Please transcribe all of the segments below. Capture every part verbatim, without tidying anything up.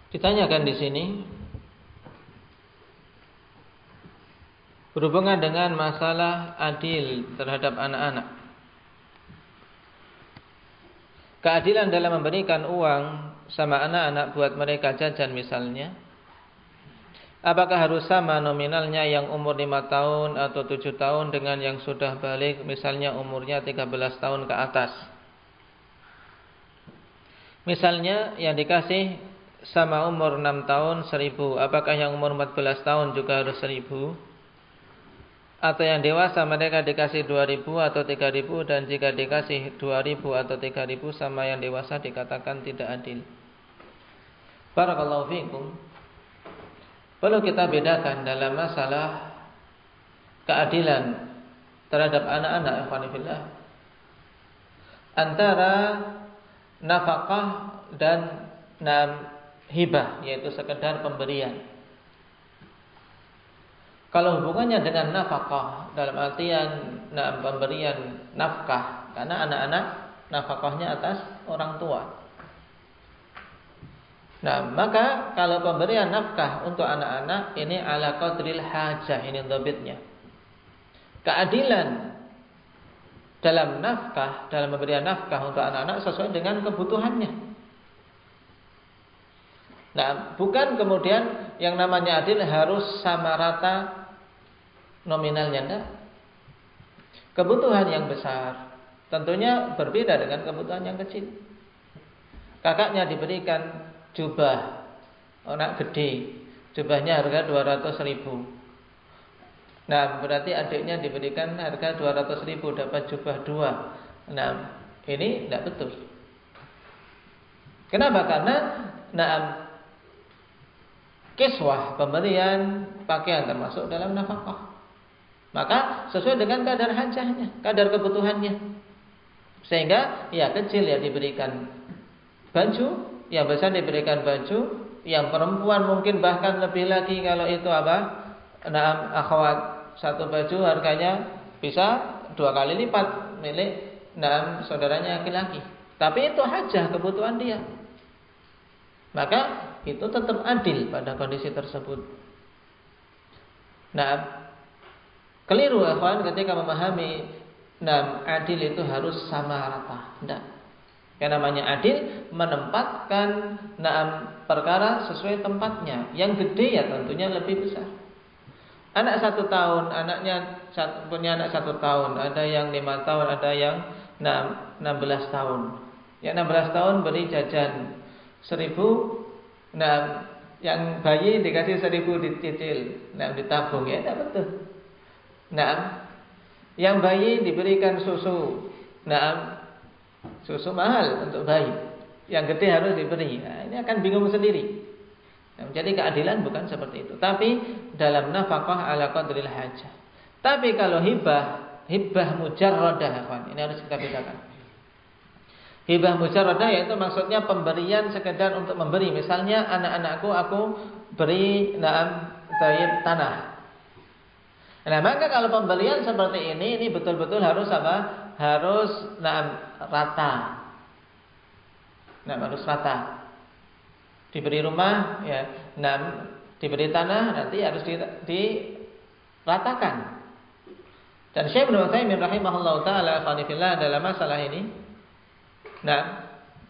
Ditanyakan di sini berhubungan dengan masalah adil terhadap anak-anak. Keadilan dalam memberikan uang sama anak-anak buat mereka jajan misalnya, apakah harus sama nominalnya yang umur lima tahun atau tujuh tahun dengan yang sudah balik, misalnya umurnya tiga belas tahun ke atas? Misalnya yang dikasih sama umur enam tahun seribu, apakah yang umur empat belas tahun juga harus seribu? Atau yang dewasa mereka dikasih dua ribu atau tiga ribu, dan jika dikasih dua ribu atau tiga ribu sama yang dewasa dikatakan tidak adil? Barakallahu fiikum. Perlu kita bedakan dalam masalah keadilan terhadap anak-anak ikhwan fillah antara nafkah dan nam hibah, yaitu sekedar pemberian. Kalau hubungannya dengan nafkah dalam artian nah, pemberian nafkah, karena anak-anak nafkahnya atas orang tua. Nah, maka kalau pemberian nafkah untuk anak-anak ini ala qadril hajah, ini dhabitnya. Keadilan dalam nafkah, dalam pemberian nafkah untuk anak-anak sesuai dengan kebutuhannya. Nah, bukan kemudian yang namanya adil harus sama rata nominalnya, enggak. Kebutuhan yang besar tentunya berbeda dengan kebutuhan yang kecil. Kakaknya diberikan jubah anak gede, jubahnya harga dua ratus ribu. Nah, berarti adiknya diberikan harga dua ratus ribu, dapat jubah dua. Nah, ini tidak betul. Kenapa? Karena nah, kiswah, pemberian pakaian termasuk dalam nafkah. Maka sesuai dengan kadar hajahnya, kadar kebutuhannya. Sehingga ya kecil ya diberikan baju, yang besar diberikan baju, yang perempuan mungkin bahkan lebih lagi kalau itu apa? Nah, akhwat, satu baju harganya bisa dua kali lipat milik nah, saudaranya laki-laki. Tapi itu hajah, kebutuhan dia. Maka itu tetap adil pada kondisi tersebut. Nah, keliru akhwan ketika memahami nah, adil itu harus sama rata. Tidak. Yang namanya adil menempatkan nah, perkara sesuai tempatnya. Yang gede ya tentunya lebih besar. Anak satu tahun, anaknya punya anak satu tahun, ada yang lima tahun, ada yang nah, enam belas tahun. Yang enam belas tahun beri jajan seribu, nah yang bayi dikasih seribu dicicil, nah ditabung, ya tidak betul. Nah, yang bayi diberikan susu, nah susu mahal untuk bayi, yang gede harus diberi. Nah, ini akan bingung sendiri. Nah, jadi keadilan bukan seperti itu. Tapi dalam nafkah ala qadril hajah. Tapi kalau hibah, hibah mujarradah, ini harus kita bedakan. Hibah mujarradah yaitu maksudnya pemberian sekedar untuk memberi. Misalnya anak-anakku aku beri naam taib tanah. Nah, maka kalau pemberian seperti ini, ini betul-betul harus apa? Harus naam rata. Nah, harus rata. Diberi rumah, ya, naam diberi tanah, nanti harus diratakan. Dan Syekh Ibnu Utsaimin rahimahullahu taala qanifillah dalam masalah ini, nah,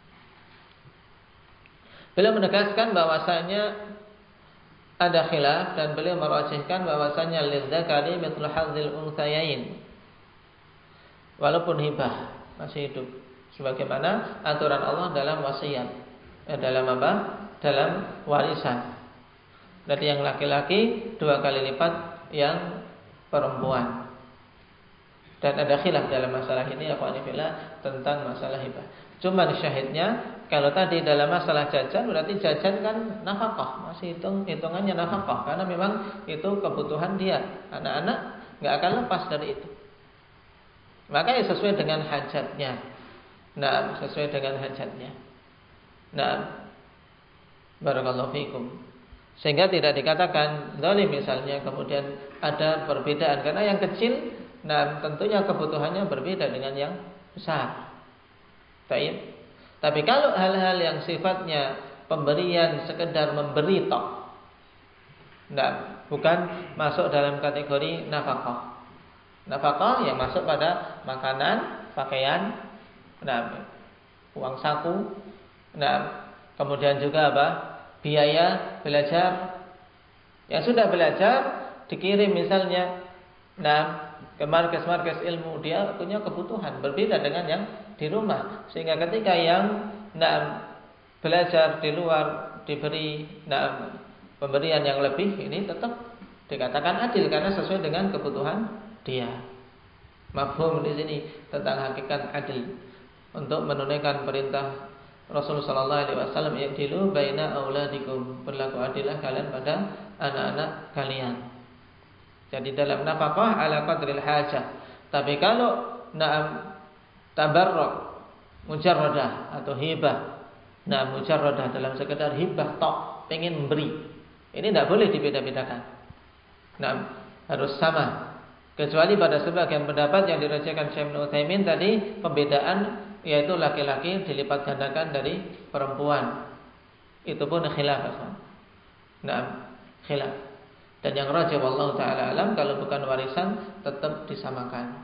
beliau menegaskan bahwasanya ada khilaf dan beliau merajihkan bahwasanya lidzakari mithlu hadzil unthayain. Walaupun hibah masih hidup sebagaimana aturan Allah dalam wasiat. Eh, dalam apa? Dalam warisan. Berarti yang laki-laki dua kali lipat yang perempuan. Dan ada khilaf dalam masalah ini ya qanifillah tentang masalah hibah. Cuman syahidnya kalau tadi dalam masalah jajan berarti jajan kan nafkah, masih hitung hitungannya nafkah karena memang itu kebutuhan dia. Anak-anak enggak akan lepas dari itu. Maka ya sesuai dengan hajatnya. Nah, sesuai dengan hajatnya. Nah, barakallahu fikum. Sehingga tidak dikatakan zalim misalnya kemudian ada perbedaan karena yang kecil nah tentunya kebutuhannya berbeda dengan yang besar. Baik. Tapi kalau hal-hal yang sifatnya pemberian sekedar memberi tok. Tidak, bukan masuk dalam kategori nafkah. Nafkah yang masuk pada makanan, pakaian, nah, uang saku, nah, kemudian juga apa? Biaya belajar. Yang sudah belajar dikirim misalnya, nah, ke markas-markas ilmu, dia punya kebutuhan berbeda dengan yang di rumah. Sehingga ketika yang nah, belajar di luar diberi nah, pemberian yang lebih, ini tetap dikatakan adil karena sesuai dengan kebutuhan dia. Mafhum di sini tentang hakikat adil untuk menunaikan perintah Rasulullah sallallahu alaihi wasallam, "I'dilu baina auladikum." Berlaku adillah kalian pada anak-anak kalian. Jadi dalam nafkah ala qadril hajah. Tapi kalau na'am tabarruk mujarradah atau hibah, nah mujarradah dalam sekedar hibah tok, pengen memberi, ini tidak boleh dibeda-bedakan. Nah, harus sama. Kecuali pada sebagian pendapat yang dirajakan Syekh Ibnu Utsaimin tadi, pembedaan yaitu laki-laki dilipat gandakan dari perempuan. Itu pun khilaf. Nah, khilaf. Dan yang rajih wallahu taala alam, kalau bukan warisan tetap disamakan.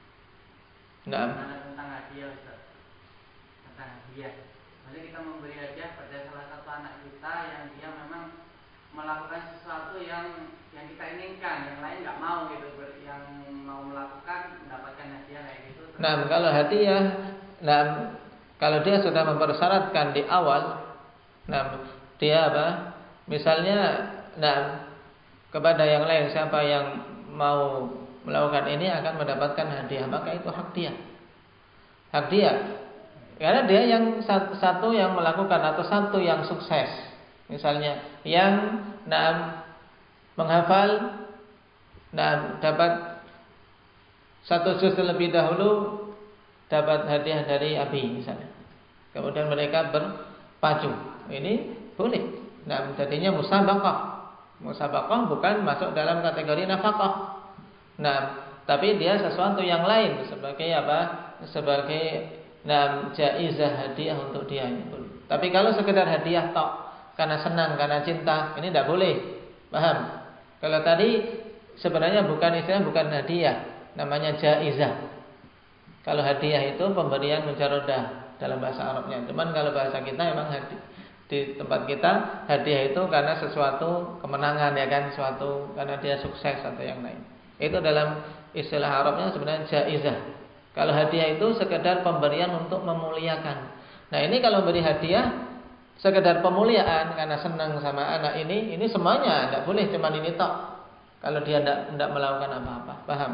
Nah, tentang hadiah, Ustaz. Tentang hadiah. Maksudnya kita memberi hadiah pada salah satu anak kita yang dia memang melakukan sesuatu yang yang kita inginkan, yang lain nggak mau gitu, yang mau melakukan mendapatkan hadiah kayak gitu. Nah, kalau hadiah, nah kalau dia sudah mempersyaratkan di awal, nah dia apa? Misalnya, nah kepada yang lain siapa yang mau melakukan ini akan mendapatkan hadiah, maka itu hak dia. Hak dia. Karena dia yang satu yang melakukan atau satu yang sukses. Misalnya yang nah, menghafal, nah dapat satu juz terlebih dahulu, dapat hadiah dari Abi misalnya. Kemudian mereka berpacu. Ini boleh. Nah, jadinya musabaqah. Musabaqah bukan masuk dalam kategori nafkah. Nah, tapi dia sesuatu yang lain sebagai apa? Sebagai nah, jaizah hadiah untuk dia. Tapi kalau sekedar hadiah tok karena senang, karena cinta, ini tidak boleh. Paham? Kalau tadi sebenarnya bukan istilah bukan hadiah, namanya jaizah. Kalau hadiah itu pemberian mujarradah dalam bahasa Arabnya. Cuman kalau bahasa kita memang hadiah. Di tempat kita hadiah itu karena sesuatu kemenangan, ya kan, suatu karena dia sukses atau yang lain. Itu dalam istilah Arabnya sebenarnya jaizah. Kalau hadiah itu sekedar pemberian untuk memuliakan. Nah, ini kalau beri hadiah sekedar pemuliaan karena senang sama anak ini, ini semuanya tidak boleh, cuma ini tok. Kalau dia tidak tidak melakukan apa-apa, paham?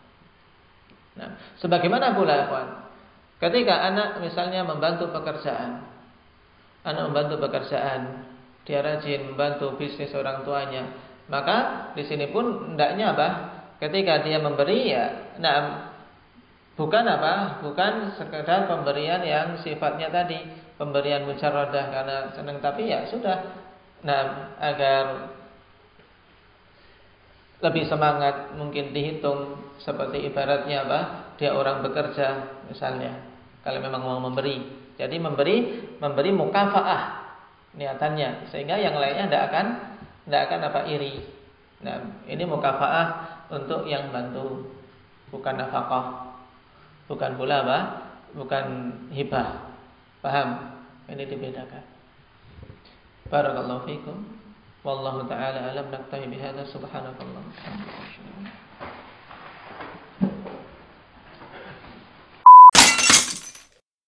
Nah, sebagaimana pula, kawan, ketika anak misalnya membantu pekerjaan, anak membantu pekerjaan, dia rajin membantu bisnis orang tuanya, maka di sini pun hendaknya apa? Ketika dia memberi, ya, nah, bukan apa? Bukan sekedar pemberian yang sifatnya tadi pemberian mujarradah karena senang, tapi ya sudah. Nah, agar lebih semangat mungkin dihitung seperti ibaratnya apa? Dia orang bekerja misalnya. Kalau memang mau memberi, jadi memberi memberi mukafaah niatannya, sehingga yang lainnya tidak akan tidak akan apa iri. Nah, ini mukafaah untuk yang bantu, bukan nafkah, bukan pula apa? Bukan hibah. Paham? Ini dibedakan. Barakallahu fikum. Wallahu taala alam. Naktafi bihadza. Subhanakallah.